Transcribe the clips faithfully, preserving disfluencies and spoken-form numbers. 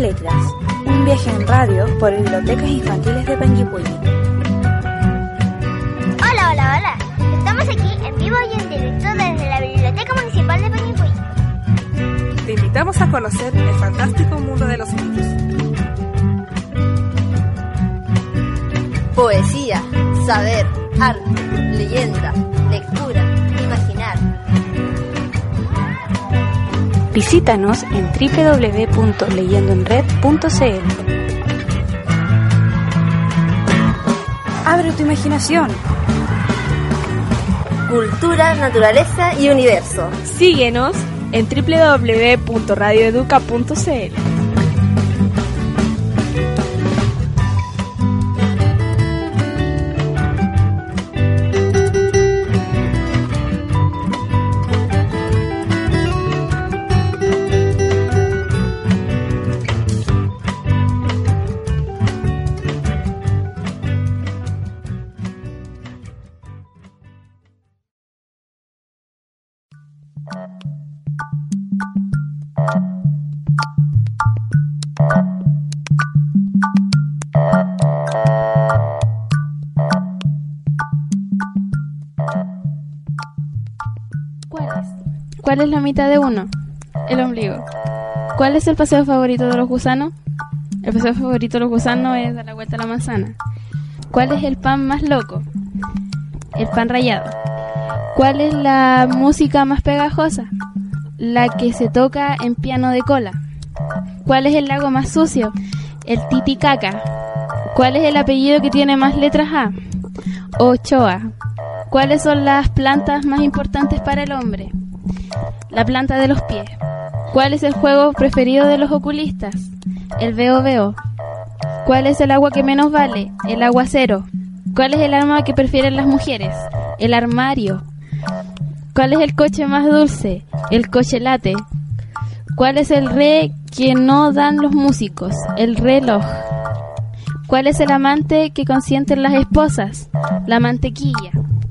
letras, un viaje en radio por bibliotecas infantiles de Panguipulli. Hola, hola, hola. Estamos aquí en vivo y en directo desde la Biblioteca Municipal de Panguipulli. Te invitamos a conocer el fantástico mundo de los libros. Poesía, saber, arte, leyenda, lectura, imaginar. Visítanos en doble u doble u doble u punto leyendo en red punto c l. Abre tu imaginación. Cultura, naturaleza y universo. Síguenos en doble u doble u doble u punto radio educa punto c l. ¿Cuál es la mitad de uno? El ombligo. ¿Cuál es el paseo favorito de los gusanos? El paseo favorito de los gusanos es dar la vuelta a la manzana. ¿Cuál es el pan más loco? El pan rallado. ¿Cuál es la música más pegajosa? La que se toca en piano de cola. ¿Cuál es el lago más sucio? El Titicaca. ¿Cuál es el apellido que tiene más letras A? Ochoa. ¿Cuáles son las plantas más importantes para el hombre? La planta de los pies. ¿Cuál es el juego preferido de los oculistas? El veo veo. ¿Cuál es el agua que menos vale? El aguacero. ¿Cuál es el arma que prefieren las mujeres? El armario. ¿Cuál es el coche más dulce? El cochelate. ¿Cuál es el re que no dan los músicos? El reloj. ¿Cuál es el amante que consienten las esposas? La mantequilla.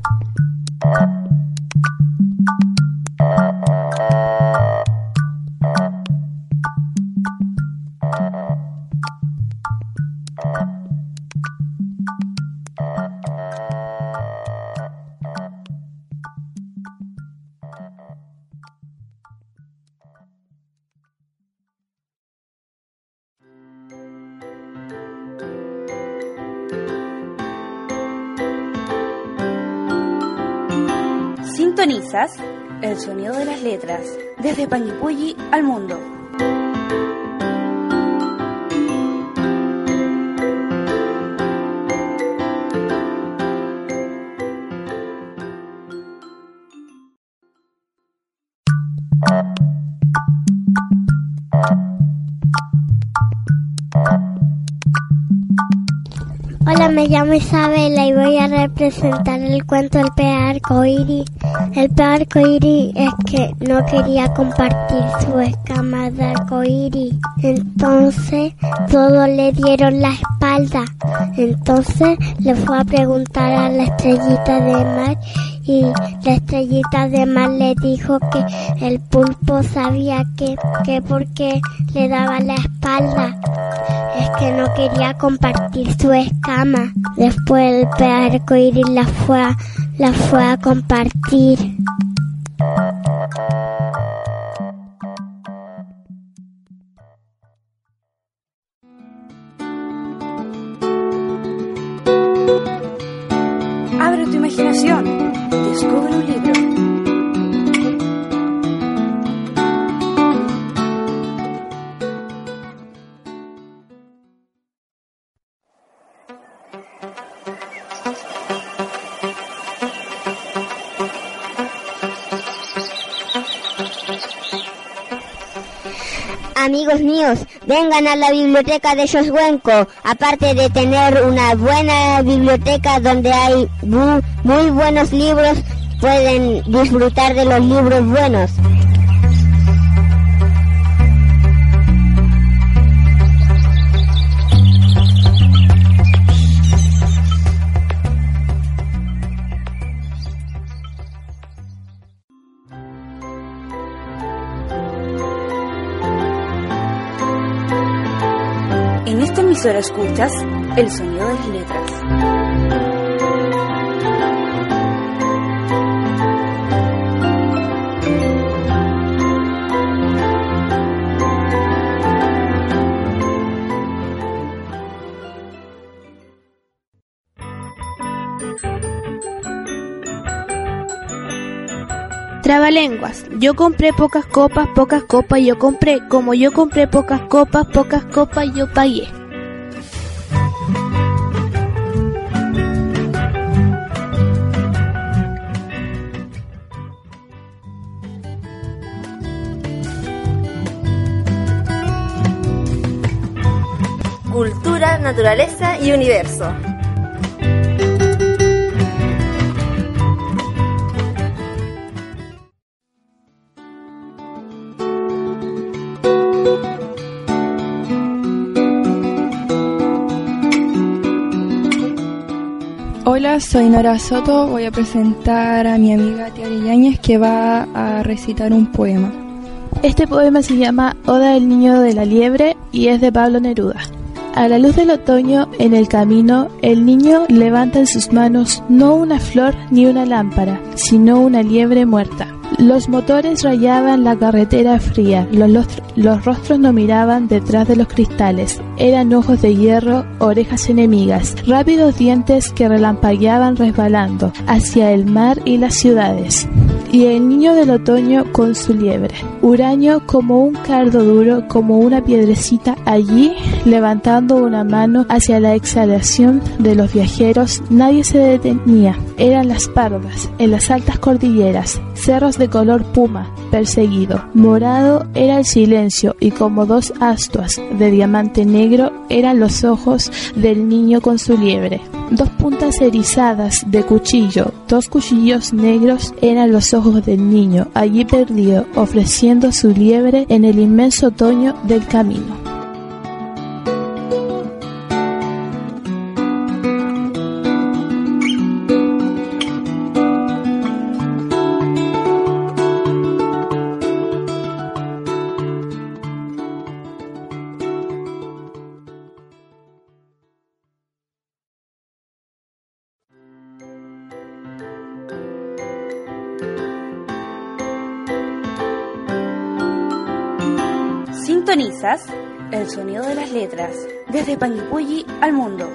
Sintonizas el sonido de las letras desde Panguipulli al mundo. Hola, me llamo Isabela y voy a representar el cuento El pez arcoíris. El pez arcoíris es que no quería compartir su escama de arcoíris. Entonces todos le dieron la espalda. Entonces le fue a preguntar a la estrellita de mar y la estrellita de mar le dijo que el pulpo sabía que, que porque le daba la espalda es que no quería compartir su escama. Después el pez arcoíris la fue a, la fue a compartir. Abre tu imaginación. Descubre un libro. Amigos míos, vengan a la biblioteca de Xoshuenco. Aparte de tener una buena biblioteca donde hay muy, muy buenos libros, pueden disfrutar de los libros buenos. En esta emisora escuchas el sonido de las letras. Trabalenguas. Yo compré pocas copas, pocas copas yo compré. Como yo compré pocas copas, pocas copas yo pagué. Cultura, naturaleza y universo. Hola, soy Nora Soto. Voy a presentar a mi amiga Tiare Yáñez, que va a recitar un poema. Este poema se llama Oda del Niño de la Liebre y es de Pablo Neruda. A la luz del otoño, en el camino, el niño levanta en sus manos no una flor ni una lámpara, sino una liebre muerta. Los motores rayaban la carretera fría, los, los, los rostros no miraban detrás de los cristales, eran ojos de hierro, orejas enemigas, rápidos dientes que relampagueaban resbalando hacia el mar y las ciudades. Y el niño del otoño con su liebre, huraño como un cardo duro, como una piedrecita allí, levantando una mano hacia la exhalación de los viajeros, nadie se detenía. Eran las pardas, en las altas cordilleras, cerros de color puma, perseguido. Morado era el silencio y como dos astuas de diamante negro eran los ojos del niño con su liebre. Dos puntas erizadas de cuchillo, dos cuchillos negros eran los ojos del niño, allí perdido, ofreciendo su liebre en el inmenso otoño del camino. Sintonizas el sonido de las letras desde Panguipulli al mundo.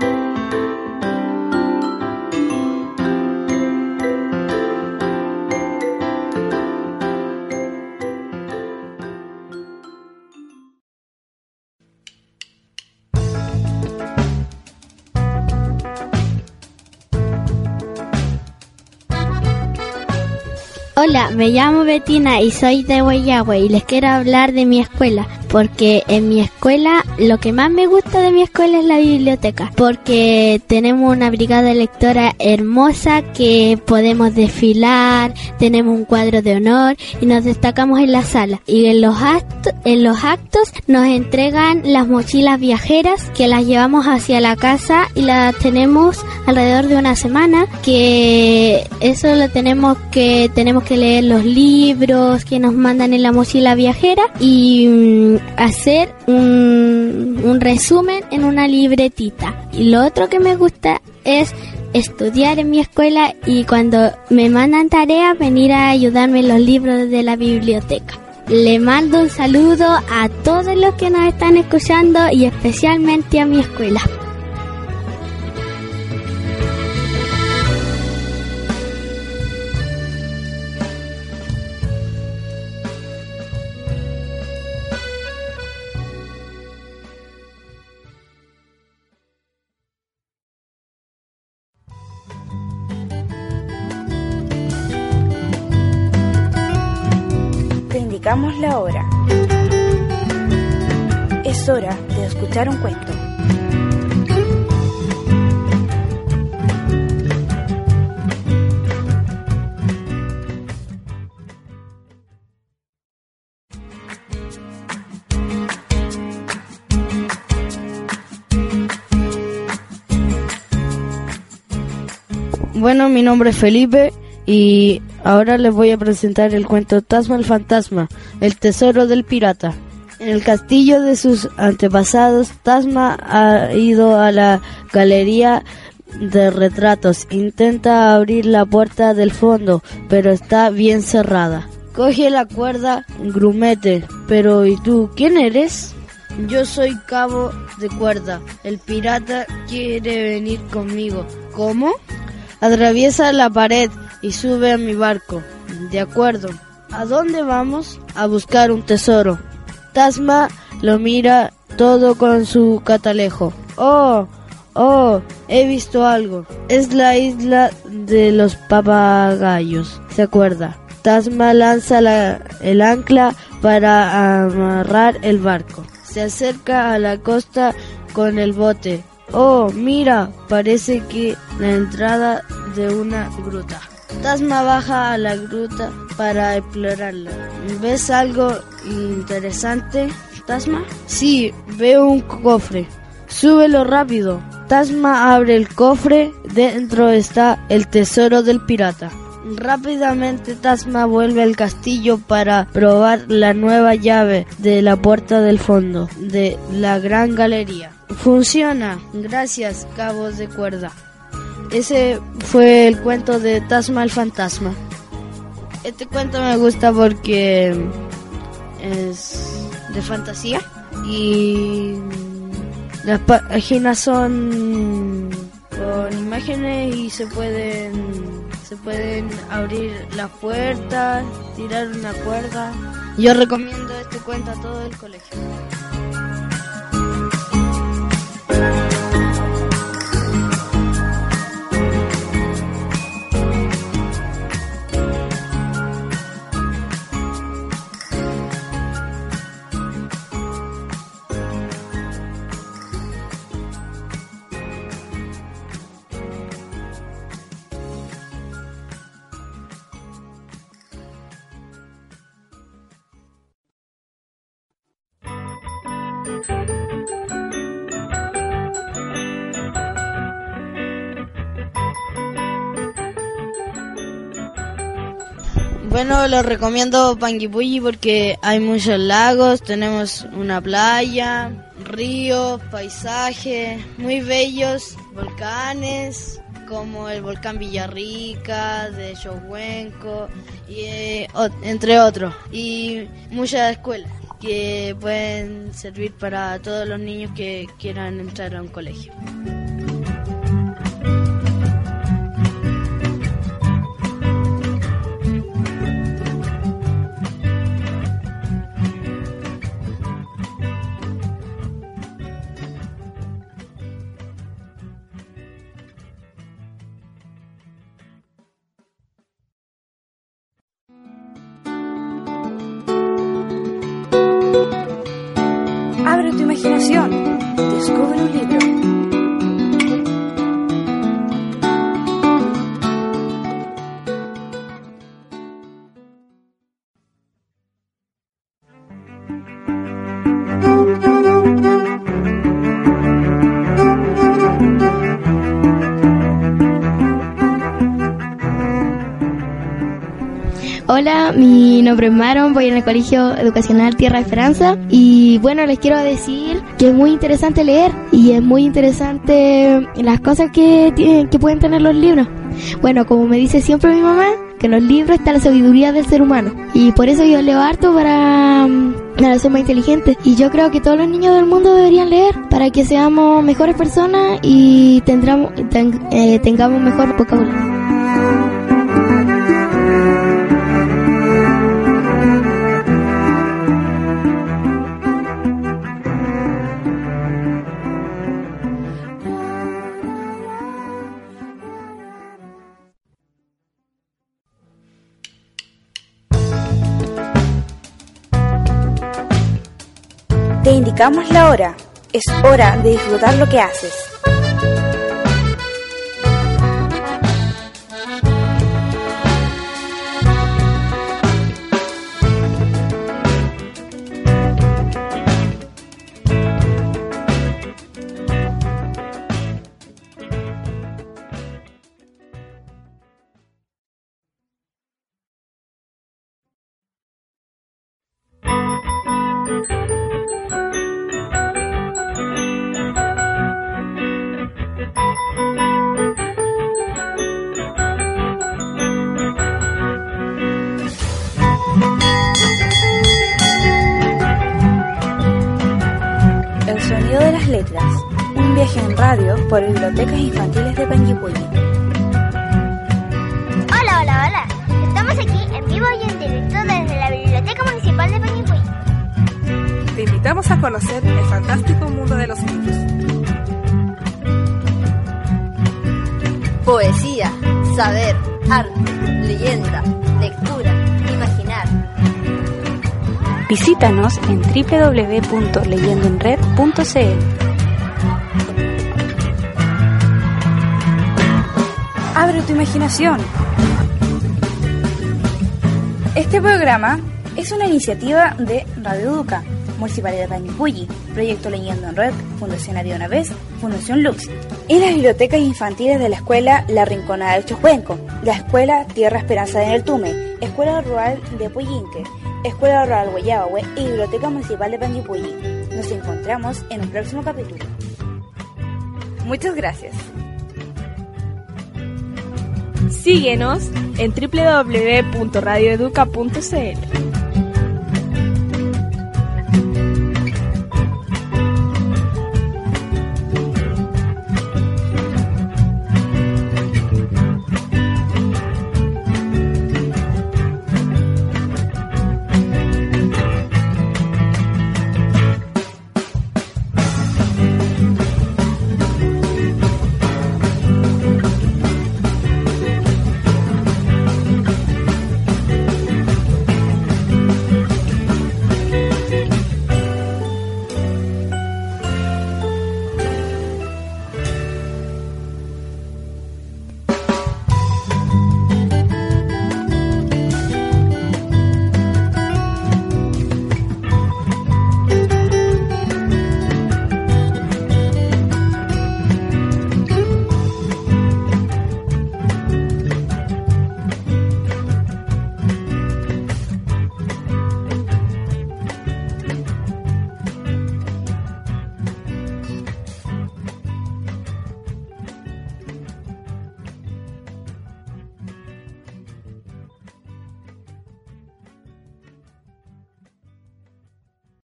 Hola, me llamo Betina y soy de Guayahue y les quiero hablar de mi escuela, porque en mi escuela lo que más me gusta de mi escuela es la biblioteca, porque tenemos una brigada lectora hermosa que podemos desfilar, tenemos un cuadro de honor y nos destacamos en la sala, y en los actos, en los actos nos entregan las mochilas viajeras que las llevamos hacia la casa y las tenemos alrededor de una semana, que eso lo tenemos que tenemos que leer los libros que nos mandan en la mochila viajera y um, hacer un, un resumen en una libretita. Y lo otro que me gusta es estudiar en mi escuela y cuando me mandan tareas venir a ayudarme en los libros de la biblioteca. Le mando un saludo a todos los que nos están escuchando y especialmente a mi escuela. Indicamos la hora. Es hora de escuchar un cuento. Bueno, mi nombre es Felipe y ahora les voy a presentar el cuento Tasma el fantasma, el tesoro del pirata. En el castillo de sus antepasados, Tasma ha ido a la galería de retratos. Intenta abrir la puerta del fondo, pero está bien cerrada. Coge la cuerda, grumete. Pero ¿y tú quién eres? Yo soy cabo de cuerda. El pirata quiere venir conmigo. ¿Cómo? Atraviesa la pared y sube a mi barco. De acuerdo. ¿A dónde vamos? A buscar un tesoro. Tasma lo mira todo con su catalejo. Oh, oh, he visto algo. Es la isla de los papagayos. ¿Se acuerda? Tasma lanza la, el ancla para amarrar el barco. Se acerca a la costa con el bote. Oh, mira, parece que la entrada de una gruta. Tasma baja a la gruta para explorarla. ¿Ves algo interesante, Tasma? Sí, veo un cofre. Súbelo rápido. Tasma abre el cofre. Dentro está el tesoro del pirata. Rápidamente Tasma vuelve al castillo para probar la nueva llave de la puerta del fondo de la gran galería. Funciona. Gracias, cabos de cuerda. Ese fue el cuento de Tasma el fantasma. Este cuento me gusta porque es de fantasía y las páginas son con imágenes y se pueden se pueden abrir las puertas, tirar una cuerda. Yo recomiendo este cuento a todo el colegio. Bueno, lo recomiendo Panguipulli porque hay muchos lagos, tenemos una playa, ríos, paisajes muy bellos, volcanes como el volcán Villarrica, de Chohuenco, y, eh, entre otros, y muchas escuelas que pueden servir para todos los niños que quieran entrar a un colegio. Abre tu imaginación, descubre un libro. Hola, mi nombre es Maron, voy en el Colegio Educacional Tierra Esperanza y bueno, les quiero decir que es muy interesante leer y es muy interesante las cosas que, tienen, que pueden tener los libros. Bueno, como me dice siempre mi mamá, que en los libros está la sabiduría del ser humano y por eso yo leo harto para, para ser más inteligente, y yo creo que todos los niños del mundo deberían leer para que seamos mejores personas y tendremos, ten, eh, tengamos mejor vocabulario. Te indicamos la hora. Es hora de disfrutar lo que haces. letras. Un viaje en radio por bibliotecas infantiles de Panguipulli. Hola, hola, hola. Estamos aquí en vivo y en directo desde la Biblioteca Municipal de Panguipulli. Te invitamos a conocer el fantástico mundo de los libros. Poesía, saber, arte, leyenda, lectura, imaginar. Visítanos en doble u doble u doble u punto leyendo en red punto c l. Abre tu imaginación. Este programa es una iniciativa de Radio Educa, Municipalidad de Panguipulli, Proyecto Leyendo en Red, Fundación Había una Vez, Fundación Lux, y las bibliotecas infantiles de la Escuela La Rinconada de Chocuenco, la Escuela Tierra Esperanza de Neltume, Escuela Rural de Puyinque, Escuela Rural Guayabahue y Biblioteca Municipal de Panguipulli. Nos encontramos en un próximo capítulo. Muchas gracias. Síguenos en doble u doble u doble u punto radio educa punto c l.